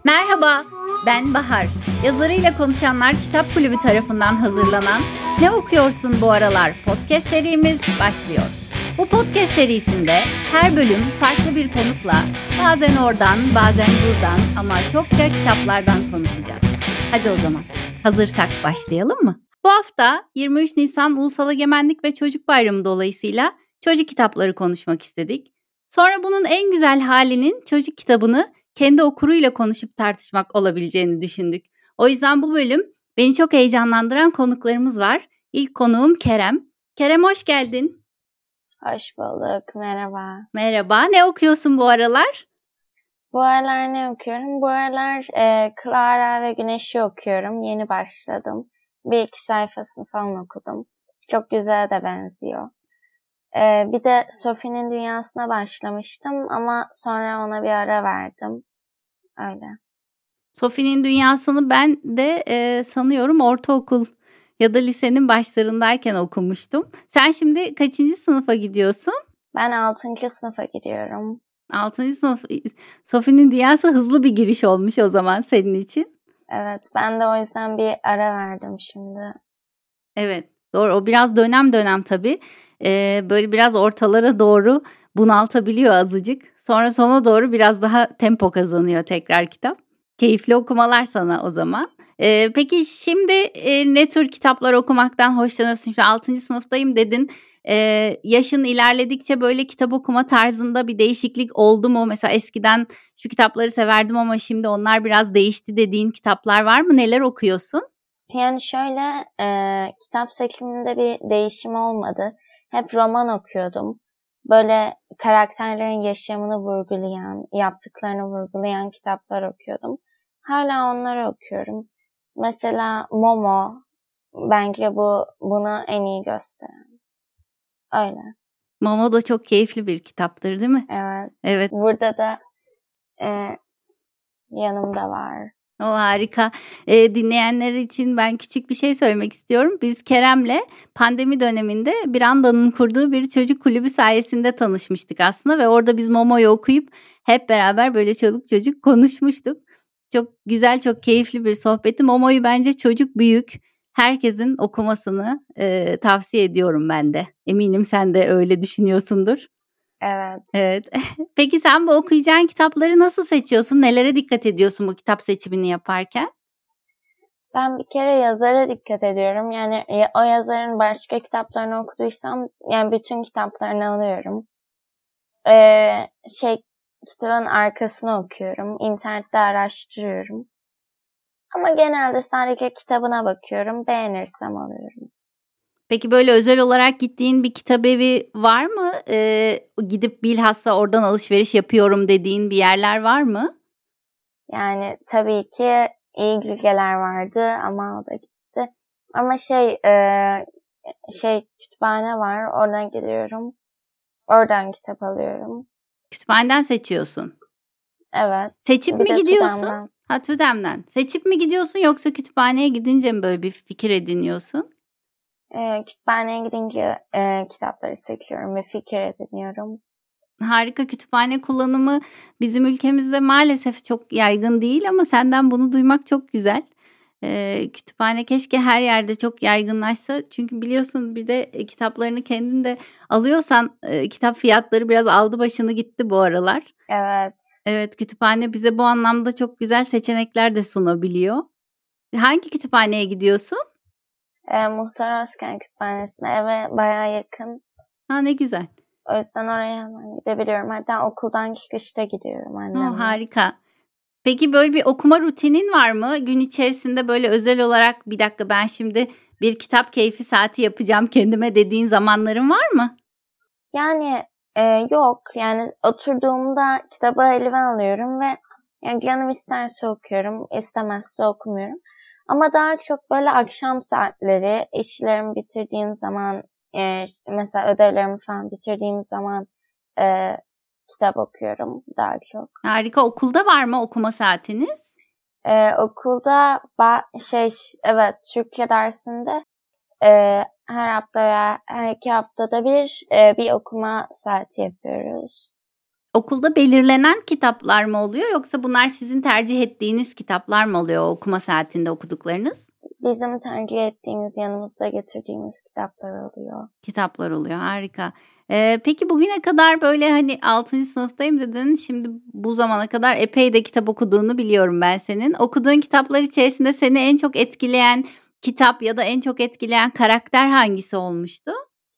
Merhaba, ben Bahar. Yazarıyla Konuşanlar Kitap Kulübü tarafından hazırlanan Ne Okuyorsun Bu Aralar podcast serimiz başlıyor. Bu podcast serisinde her bölüm farklı bir konukla bazen oradan bazen buradan ama çokça kitaplardan konuşacağız. Hadi o zaman hazırsak başlayalım mı? Bu hafta 23 Nisan Ulusal Egemenlik ve Çocuk Bayramı dolayısıyla çocuk kitapları konuşmak istedik. Sonra bunun en güzel halinin çocuk kitabını kendi okuruyla konuşup tartışmak olabileceğini düşündük. O yüzden bu bölüm beni çok heyecanlandıran konuklarımız var. İlk konuğum Kerem. Kerem hoş geldin. Hoş bulduk, merhaba. Merhaba, ne okuyorsun bu aralar? Bu aralar ne okuyorum? Bu aralar Clara ve Güneş'i okuyorum. Yeni başladım. Bir iki sayfasını falan okudum. Çok güzel de benziyor. Bir de Sophie'nin Dünyası'na başlamıştım ama sonra ona bir ara verdim. Öyle. Sophie'nin Dünyası'nı ben de sanıyorum ortaokul ya da lisenin başlarındayken okumuştum. Sen şimdi kaçıncı sınıfa gidiyorsun? Ben 6. sınıfa gidiyorum. 6. sınıf. Sophie'nin Dünyası hızlı bir giriş olmuş o zaman senin için. Evet, ben de o yüzden bir ara verdim şimdi. Evet, doğru. O biraz dönem tabii. Böyle biraz ortalara doğru bunaltabiliyor azıcık. Sonra sona doğru biraz daha tempo kazanıyor tekrar kitap. Keyifli okumalar sana o zaman. Peki şimdi ne tür kitaplar okumaktan hoşlanıyorsun? Şimdi 6. sınıftayım dedin. Yaşın ilerledikçe böyle kitap okuma tarzında bir değişiklik oldu mu? Mesela eskiden şu kitapları severdim ama şimdi onlar biraz değişti dediğin kitaplar var mı? Neler okuyorsun? Yani şöyle kitap seçiminde bir değişim olmadı. Hep roman okuyordum. Böyle karakterlerin yaşamını vurgulayan, yaptıklarını vurgulayan kitaplar okuyordum. Hala onları okuyorum. Mesela Momo bence bunu en iyi gösteren. Öyle. Momo da çok keyifli bir kitaptır değil mi? Evet. Evet. Burada da yanımda var. O harika. Dinleyenler için ben küçük bir şey söylemek istiyorum. Biz Kerem'le pandemi döneminde Branda'nın kurduğu bir çocuk kulübü sayesinde tanışmıştık aslında ve orada biz Momo'yu okuyup hep beraber böyle çocuk konuşmuştuk. Çok güzel, çok keyifli bir sohbetti. Momo'yu bence çocuk büyük herkesin okumasını tavsiye ediyorum ben de. Eminim sen de öyle düşünüyorsundur. Evet. Evet. Peki sen bu okuyacağın kitapları nasıl seçiyorsun? Nelere dikkat ediyorsun bu kitap seçimini yaparken? Ben bir kere yazara dikkat ediyorum. Yani o yazarın başka kitaplarını okuduysam yani bütün kitaplarını alıyorum. Kitabın arkasını okuyorum. İnternette araştırıyorum. Ama genelde sadece kitabına bakıyorum. Beğenirsem alıyorum. Peki böyle özel olarak gittiğin bir kitabevi var mı? Gidip bilhassa oradan alışveriş yapıyorum dediğin bir yerler var mı? Yani tabii ki iyi bilgeler vardı ama o da gitti. Ama kütüphane var. Oradan gidiyorum. Oradan kitap alıyorum. Kütüphaneden seçiyorsun. Evet. Seçip Bir mi de gidiyorsun? TÜDEM'den. Ha, TÜDEM'den. Seçip mi gidiyorsun yoksa kütüphaneye gidince mi böyle bir fikir ediniyorsun? Kütüphaneye gidince kitapları seçiyorum ve fikir ediniyorum. Harika, kütüphane kullanımı bizim ülkemizde maalesef çok yaygın değil ama senden bunu duymak çok güzel. Kütüphane keşke her yerde çok yaygınlaşsa. Çünkü biliyorsun bir de kitaplarını kendin de alıyorsan kitap fiyatları biraz aldı başını gitti bu aralar. Evet. Evet, kütüphane bize bu anlamda çok güzel seçenekler de sunabiliyor. Hangi kütüphaneye gidiyorsun? Muhtar Özken Kütüphanesi'ne eve bayağı yakın. Ha, ne güzel. O yüzden oraya hemen gidebiliyorum. Hatta okuldan çıkışta gidiyorum annemle. Harika. Peki böyle bir okuma rutinin var mı? Gün içerisinde böyle özel olarak bir dakika ben şimdi bir kitap keyfi saati yapacağım kendime dediğin zamanların var mı? Yani yok. Yani oturduğumda kitabı elime alıyorum ve yani canım isterse okuyorum, istemezse okumuyorum. Ama daha çok böyle akşam saatleri, işlerimi bitirdiğim zaman, mesela ödevlerimi falan bitirdiğim zaman kitap okuyorum daha çok. Harika. Okulda var mı okuma saatiniz? Okulda evet, Türkçe dersinde her hafta veya her 2 haftada bir okuma saati yapıyoruz. Okulda belirlenen kitaplar mı oluyor yoksa bunlar sizin tercih ettiğiniz kitaplar mı oluyor o okuma saatinde okuduklarınız? Bizim tercih ettiğimiz, yanımızda getirdiğimiz kitaplar oluyor. Kitaplar oluyor, harika. Peki bugüne kadar böyle hani 6. sınıftayım dedin. Şimdi bu zamana kadar epey de kitap okuduğunu biliyorum ben senin. Okuduğun kitaplar içerisinde seni en çok etkileyen kitap ya da en çok etkileyen karakter hangisi olmuştu?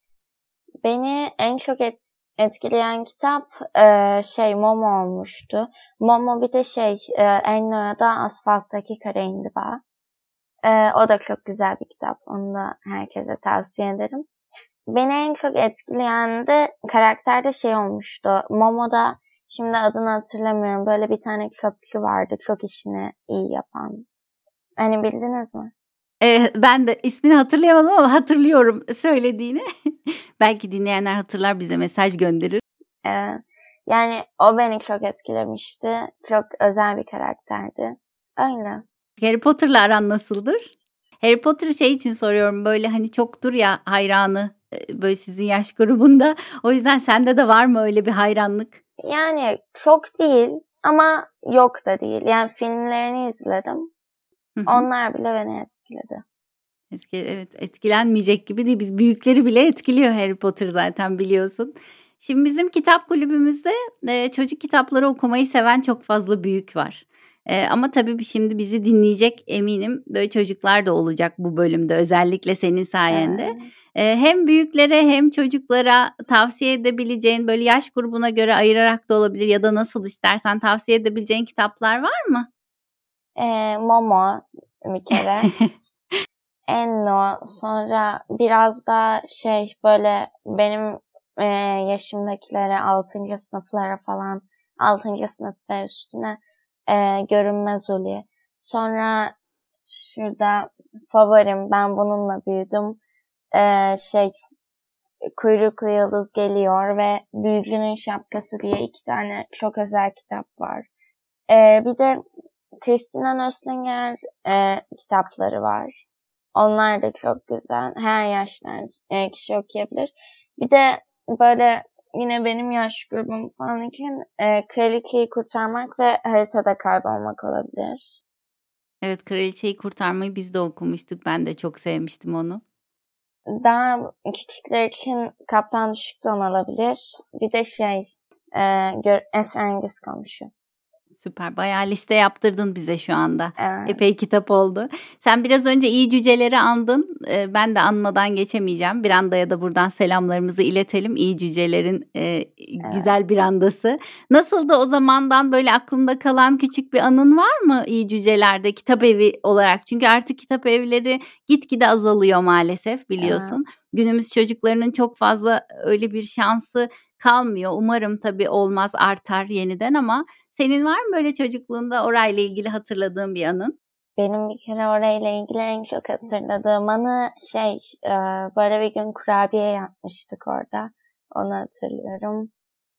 Beni en çok etkileyen kitap Momo olmuştu. Momo bir de Enno'ya da Asfalttaki Kara İndiba. O da çok güzel bir kitap. Onu da herkese tavsiye ederim. Beni en çok etkileyen de karakterde olmuştu. Momo'da şimdi adını hatırlamıyorum. Böyle bir tane çöpçü vardı. Çok işini iyi yapan. Hani bildiniz mi? Ben de ismini hatırlayamadım ama hatırlıyorum söylediğini. Belki dinleyenler hatırlar, bize mesaj gönderir. Yani o beni çok etkilemişti. Çok özel bir karakterdi. Öyle. Harry Potter'la aran nasıldır? Harry Potter'ı için soruyorum, böyle hani çoktur ya hayranı böyle sizin yaş grubunda. O yüzden sende de var mı öyle bir hayranlık? Yani çok değil ama yok da değil. Yani filmlerini izledim. Onlar bile beni etkiledi. Evet, etkilenmeyecek gibi değil. Biz büyükleri bile etkiliyor Harry Potter, zaten biliyorsun. Şimdi bizim kitap kulübümüzde çocuk kitapları okumayı seven çok fazla büyük var. Ama tabii şimdi bizi dinleyecek eminim böyle çocuklar da olacak bu bölümde, özellikle senin sayende. Hem büyüklere hem çocuklara tavsiye edebileceğin, böyle yaş grubuna göre ayırarak da olabilir ya da nasıl istersen, tavsiye edebileceğin kitaplar var mı? Momo bir kere. Enno, sonra biraz da böyle benim yaşımdakilere, 6. sınıflara falan, 6. sınıf ve üstüne Görünmez Uli. Sonra şurada favorim, ben bununla büyüdüm. Kuyruklu Yıldız Geliyor ve Büyücünün Şapkası diye 2 tane çok özel kitap var. Bir de Christina Nöslinger kitapları var. Onlar da çok güzel. Her yaştan kişi okuyabilir. Bir de böyle yine benim yaş grubum falan için Kraliçeyi Kurtarmak ve Haritada Kaybolmak olabilir. Evet, Kraliçeyi Kurtarmayı biz de okumuştuk. Ben de çok sevmiştim onu. Daha küçükler için Kaptan Düşük Don olabilir. Bir de Esrarengiz Komşu. Süper. Bayağı liste yaptırdın bize şu anda. Evet. Epey kitap oldu. Sen biraz önce iyi cüceleri andın. Ben de anmadan geçemeyeceğim. Branda'ya da buradan selamlarımızı iletelim. İyi cücelerin güzel Branda'sı. Nasıldı o zamandan böyle aklında kalan küçük bir anın var mı iyi cücelerde, kitap evi olarak? Çünkü artık kitap evleri gitgide azalıyor maalesef, biliyorsun. Evet. Günümüz çocuklarının çok fazla öyle bir şansı kalmıyor. Umarım tabii olmaz, artar yeniden, ama senin var mı böyle çocukluğunda orayla ilgili hatırladığın bir anın? Benim bir kere orayla ilgili en çok hatırladığım anı böyle bir gün kurabiye yapmıştık orada. Onu hatırlıyorum.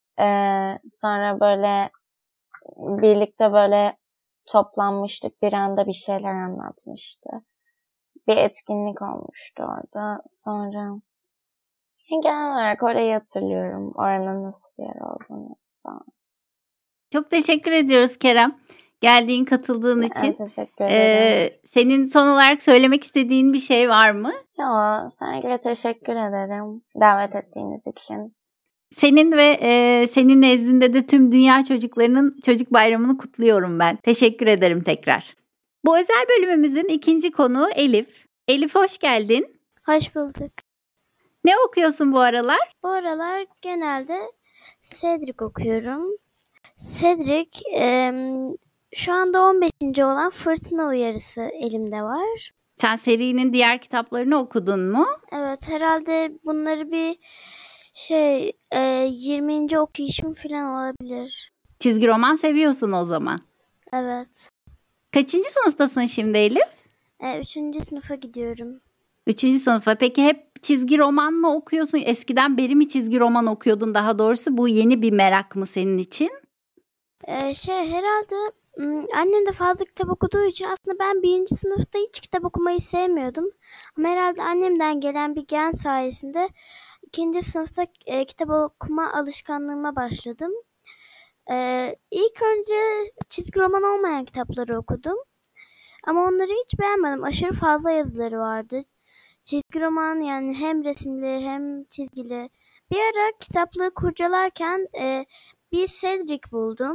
Sonra böyle birlikte böyle toplanmıştık. Bir anda bir şeyler anlatmıştı. Bir etkinlik olmuştu orada. Sonra genel olarak orayı hatırlıyorum. Oranın nasıl bir yer olduğunu falan. Çok teşekkür ediyoruz Kerem, geldiğin, katıldığın için. Teşekkür ederim. Senin son olarak söylemek istediğin bir şey var mı? Yok, sana teşekkür ederim davet ettiğiniz için. Senin ve senin nezdinde de tüm dünya çocuklarının çocuk bayramını kutluyorum ben. Teşekkür ederim tekrar. Bu özel bölümümüzün ikinci konuğu Elif. Elif, hoş geldin. Hoş bulduk. Ne okuyorsun bu aralar? Bu aralar genelde Cedric okuyorum. Cedric şu anda 15. olan Fırtına Uyarısı elimde var. Sen serinin diğer kitaplarını okudun mu? Evet, herhalde bunları bir 20. okuyuşum falan olabilir. Çizgi roman seviyorsun o zaman. Evet. Kaçıncı sınıftasın şimdi Elif? 3. sınıfa gidiyorum. 3. sınıfa. Peki hep çizgi roman mı okuyorsun? Eskiden beri mi çizgi roman okuyordun daha doğrusu? Bu yeni bir merak mı senin için? Herhalde annem de fazla kitap okuduğu için aslında ben 1. sınıfta hiç kitap okumayı sevmiyordum. Ama herhalde annemden gelen bir gen sayesinde 2. sınıfta kitap okuma alışkanlığıma başladım. İlk önce çizgi roman olmayan kitapları okudum. Ama onları hiç beğenmedim. Aşırı fazla yazıları vardı. Çizgi roman yani hem resimli hem çizgili. Bir ara kitaplığı kurcalarken bir Cedric buldum.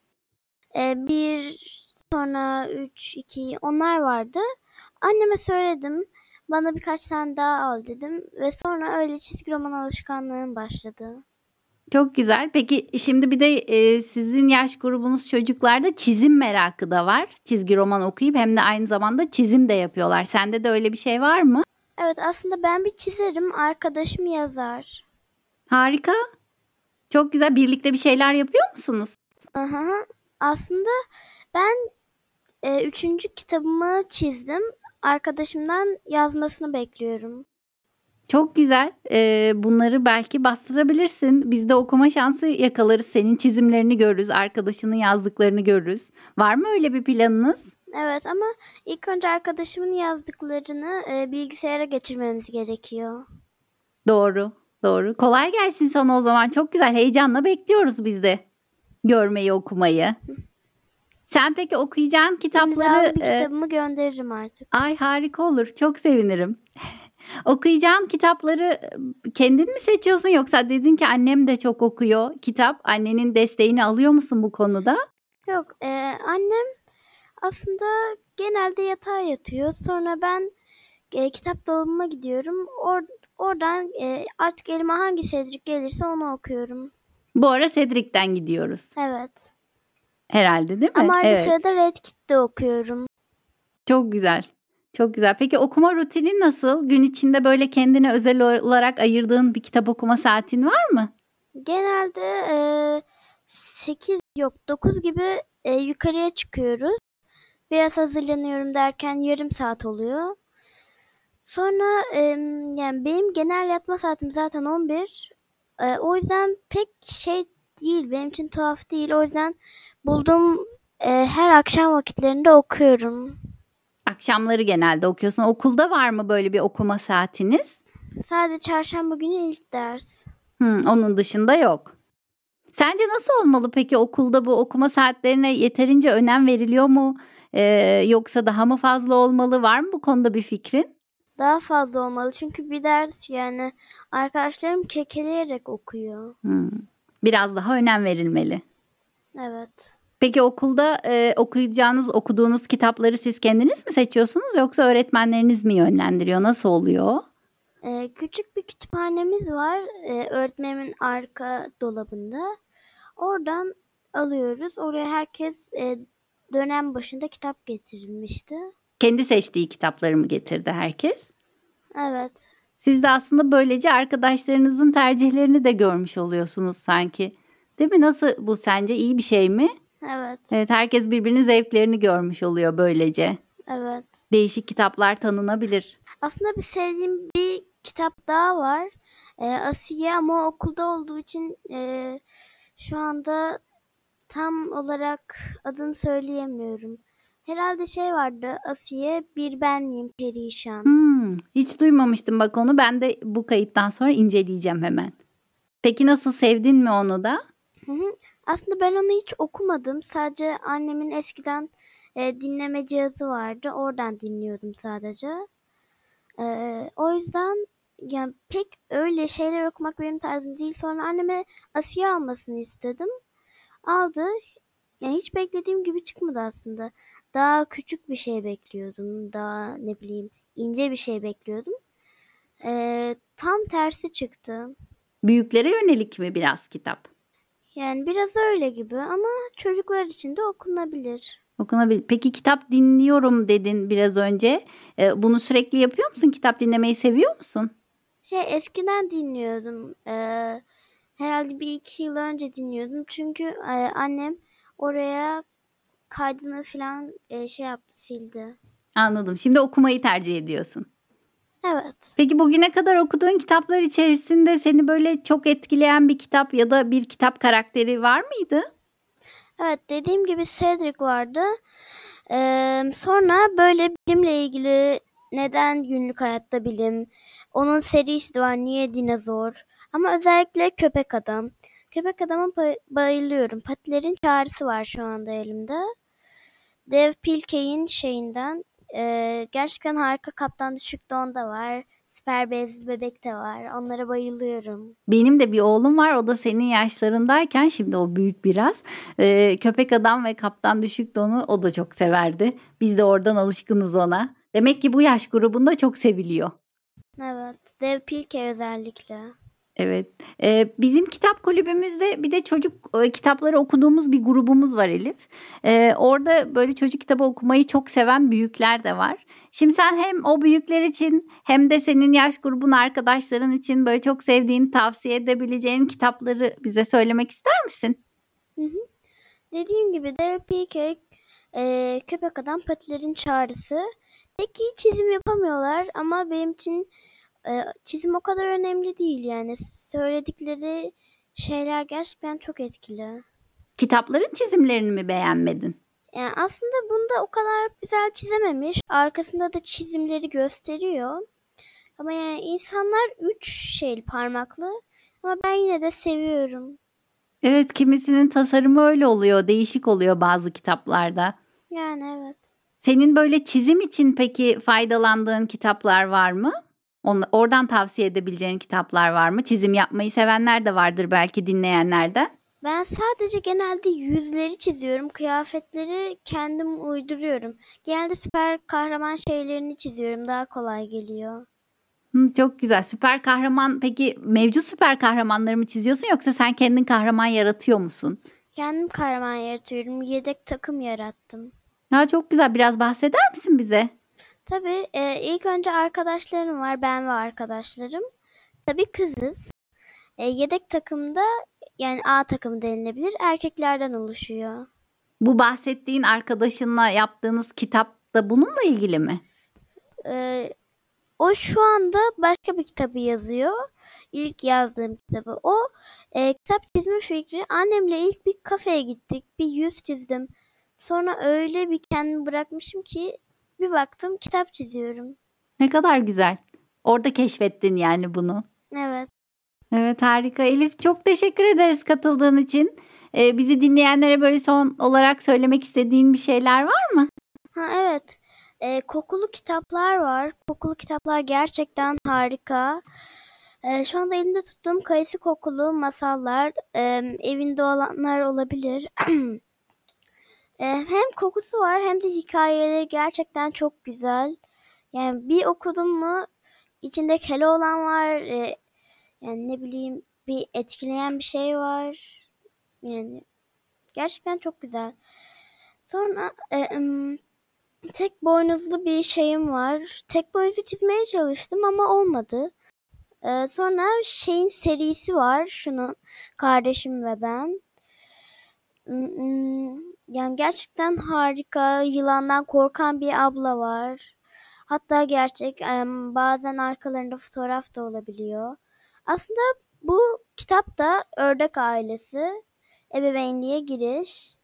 Bir sonra 3, 2 onlar vardı. Anneme söyledim. Bana birkaç tane daha al dedim. Ve sonra öyle çizgi roman alışkanlığım başladı. Çok güzel. Peki şimdi bir de sizin yaş grubunuz çocuklarda çizim merakı da var. Çizgi roman okuyup hem de aynı zamanda çizim de yapıyorlar. Sende de öyle bir şey var mı? Evet, aslında ben bir çizerim. Arkadaşım yazar. Harika. Çok güzel. Birlikte bir şeyler yapıyor musunuz? Aha. Aslında ben 3. kitabımı çizdim. Arkadaşımdan yazmasını bekliyorum. Çok güzel. Bunları belki bastırabilirsin. Biz de okuma şansı yakalarız. Senin çizimlerini görürüz. Arkadaşının yazdıklarını görürüz. Var mı öyle bir planınız? Evet ama ilk önce arkadaşımın yazdıklarını bilgisayara geçirmemiz gerekiyor. Doğru. Doğru. Kolay gelsin sana o zaman. Çok güzel. Heyecanla bekliyoruz biz de görmeyi, okumayı. Sen peki okuyacağın kitapları... İmzalı bir kitabımı gönderirim artık. Ay harika olur. Çok sevinirim. Okuyacağın kitapları kendin mi seçiyorsun yoksa dedin ki annem de çok okuyor kitap. Annenin desteğini alıyor musun bu konuda? Yok, annem aslında genelde yatağa yatıyor. Sonra ben kitap dolabıma gidiyorum. Oradan artık elime hangi Cedric gelirse onu okuyorum. Bu ara Cedric'ten gidiyoruz. Evet. Herhalde değil mi? Ama arada Evet. sırada Red Kit'te okuyorum. Çok güzel. Çok güzel. Peki okuma rutinin nasıl? Gün içinde böyle kendine özel olarak ayırdığın bir kitap okuma saatin var mı? Genelde 8 yok 9 gibi yukarıya çıkıyoruz. Biraz hazırlanıyorum derken yarım saat oluyor. Sonra yani benim genel yatma saatim zaten 11. O yüzden pek şey değil, benim için tuhaf değil. O yüzden bulduğum her akşam vakitlerinde okuyorum. Akşamları genelde okuyorsun. Okulda var mı böyle bir okuma saatiniz? Sadece çarşamba günü ilk ders. Onun dışında yok. Sence nasıl olmalı peki okulda bu okuma saatlerine yeterince önem veriliyor mu? Yoksa daha mı fazla olmalı? Var mı bu konuda bir fikrin? Daha fazla olmalı çünkü bir ders yani arkadaşlarım kekeleyerek okuyor. Biraz daha önem verilmeli. Evet. Peki okulda okuduğunuz kitapları siz kendiniz mi seçiyorsunuz yoksa öğretmenleriniz mi yönlendiriyor? Nasıl oluyor? Küçük bir kütüphanemiz var öğretmenimin arka dolabında. Oradan alıyoruz. Oraya herkes dönem başında kitap getirilmişti. Kendi seçtiği kitapları mı getirdi herkes? Evet. Siz de aslında böylece arkadaşlarınızın tercihlerini de görmüş oluyorsunuz sanki. Değil mi? Nasıl bu sence iyi bir şey mi? Evet. Evet, herkes birbirinin zevklerini görmüş oluyor böylece. Evet. Değişik kitaplar tanınabilir. Aslında bir sevdiğim bir kitap daha var. Asiye ama okulda olduğu için şu anda tam olarak adını söyleyemiyorum. Herhalde şey vardı. Asiye bir ben miyim perişan. Hiç duymamıştım bak onu. Ben de bu kayıttan sonra inceleyeceğim hemen. Peki nasıl sevdin mi onu da? Aslında ben onu hiç okumadım. Sadece annemin eskiden dinleme cihazı vardı. Oradan dinliyordum sadece. O yüzden yani pek öyle şeyler okumak benim tarzım değil. Sonra anneme Asiye almasını istedim. Aldı. Yani hiç beklediğim gibi çıkmadı aslında. Daha küçük bir şey bekliyordum. Daha ne bileyim ince bir şey bekliyordum. Tam tersi çıktı. Büyüklere yönelik mi biraz kitap? Yani biraz öyle gibi ama çocuklar için de okunabilir. Okunabilir. Peki kitap dinliyorum dedin biraz önce. Bunu sürekli yapıyor musun? Kitap dinlemeyi seviyor musun? Eskiden dinliyordum. Herhalde 1-2 yıl önce dinliyordum. Çünkü annem oraya kaydını falan şey yaptı, sildi. Anladım. Şimdi okumayı tercih ediyorsun. Evet. Peki bugüne kadar okuduğun kitaplar içerisinde seni böyle çok etkileyen bir kitap ya da bir kitap karakteri var mıydı? Evet, dediğim gibi Cedric vardı. Sonra böyle bilimle ilgili neden günlük hayatta bilim, onun serisi de var Niye Dinozor ama özellikle Köpek Adam. Köpek Adam'a bayılıyorum. Patilerin Çağrısı var şu anda elimde. Dave Pilkey'in şeyinden. Gerçekten harika. Kaptan Düşük Don da var. Süper Bezli Bebek de var. Onlara bayılıyorum. Benim de bir oğlum var. O da senin yaşlarındayken, şimdi o büyük biraz. Köpek Adam ve Kaptan Düşük Don'u o da çok severdi. Biz de oradan alışkınız ona. Demek ki bu yaş grubunda çok seviliyor. Evet. Dave Pilkey özellikle. Evet. Bizim kitap kulübümüzde bir de çocuk kitapları okuduğumuz bir grubumuz var Elif. Orada böyle çocuk kitabı okumayı çok seven büyükler de var. Şimdi sen hem o büyükler için hem de senin yaş grubun arkadaşların için böyle çok sevdiğin, tavsiye edebileceğin kitapları bize söylemek ister misin? Hı hı. Dediğim gibi Dave Pilkey, Köpek Adam, Patilerin Çağrısı. Peki çizim yapamıyorlar ama benim için çizim o kadar önemli değil yani. Söyledikleri şeyler gerçekten çok etkili. Kitapların çizimlerini mi beğenmedin? Yani aslında bunda o kadar güzel çizememiş. Arkasında da çizimleri gösteriyor. Ama yani insanlar 3 parmaklı. Ama ben yine de seviyorum. Evet, kimisinin tasarımı öyle oluyor, değişik oluyor bazı kitaplarda. Yani evet. Senin böyle çizim için peki faydalandığın kitaplar var mı? Oradan tavsiye edebileceğin kitaplar var mı? Çizim yapmayı sevenler de vardır belki dinleyenlerden. Ben sadece genelde yüzleri çiziyorum. Kıyafetleri kendim uyduruyorum. Genelde süper kahraman şeylerini çiziyorum. Daha kolay geliyor. Çok güzel. Süper kahraman, peki mevcut süper kahramanları mı çiziyorsun yoksa sen kendin kahraman yaratıyor musun? Kendim kahraman yaratıyorum. Yedek takım yarattım. Ya çok güzel. Biraz bahseder misin bize? Tabii ilk önce arkadaşlarım var. Ben ve arkadaşlarım. Tabii kızız. Yedek takımda yani A takımı denilebilir. Erkeklerden oluşuyor. Bu bahsettiğin arkadaşınla yaptığınız kitap da bununla ilgili mi? O şu anda başka bir kitabı yazıyor. İlk yazdığım kitabı. O kitap çizme fikri. Annemle ilk bir kafeye gittik. Bir yüz çizdim. Sonra öyle bir kendimi bırakmışım ki bir baktım kitap çiziyorum. Ne kadar güzel. Orada keşfettin yani bunu. Evet. Evet, harika. Elif, çok teşekkür ederiz katıldığın için. Bizi dinleyenlere böyle son olarak söylemek istediğin bir şeyler var mı? Ha evet. Kokulu kitaplar var. Kokulu kitaplar gerçekten harika. Şu anda elimde tuttuğum kayısı kokulu masallar. Evinde olanlar olabilir. Hem kokusu var hem de hikayeleri gerçekten çok güzel. Yani bir okudum mu içinde Keloğlan var. Yani ne bileyim bir etkileyen bir şey var. Yani gerçekten çok güzel. Sonra tek boynuzlu bir şeyim var. Tek boynuzlu çizmeye çalıştım ama olmadı. Sonra şeyin serisi var. Şunu kardeşim ve ben. Yani gerçekten harika. Yılandan korkan bir abla var. Hatta gerçek. Bazen arkalarında fotoğraf da olabiliyor. Aslında bu kitap da Ördek Ailesi. Ebeveynliğe giriş.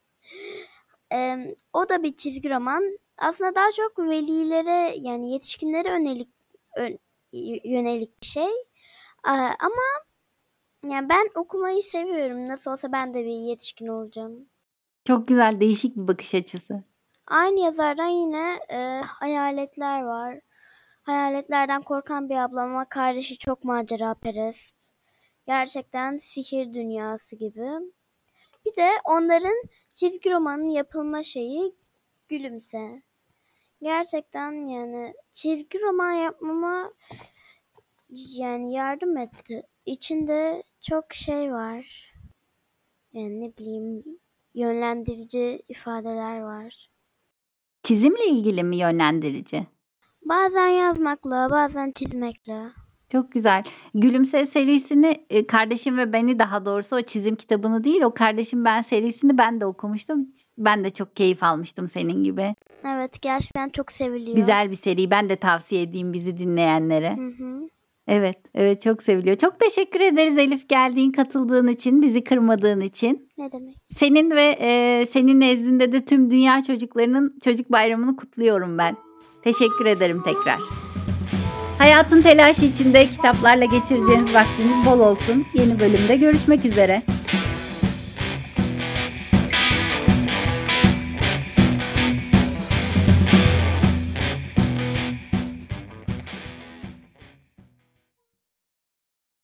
O da bir çizgi roman. Aslında daha çok velilere yani yetişkinlere yönelik bir şey. Ama yani ben okumayı seviyorum. Nasıl olsa ben de bir yetişkin olacağım. Çok güzel, değişik bir bakış açısı. Aynı yazardan yine Hayaletler var. Hayaletlerden korkan bir abla ama kardeşi çok maceraperest. Gerçekten sihir dünyası gibi. Bir de onların çizgi romanın yapılma şeyi Gülümse. Gerçekten yani çizgi roman yapmama yani yardım etti. İçinde çok şey var. Yani ne bileyim yönlendirici ifadeler var. Çizimle ilgili mi yönlendirici? Bazen yazmakla, bazen çizmekle. Çok güzel. Gülümse serisini Kardeşim ve Ben'i, daha doğrusu o çizim kitabını değil, o Kardeşim Ben serisini ben de okumuştum. Ben de çok keyif almıştım senin gibi. Evet, gerçekten çok seviliyor. Güzel bir seri. Ben de tavsiye edeyim bizi dinleyenlere. Hı. Evet, çok seviliyor. Çok teşekkür ederiz Elif, geldiğin, katıldığın için, bizi kırmadığın için. Ne demek? Senin ve senin nezdinde de tüm dünya çocuklarının çocuk bayramını kutluyorum ben. Teşekkür ederim tekrar. Hayatın telaşı içinde kitaplarla geçireceğiniz vaktiniz bol olsun. Yeni bölümde görüşmek üzere.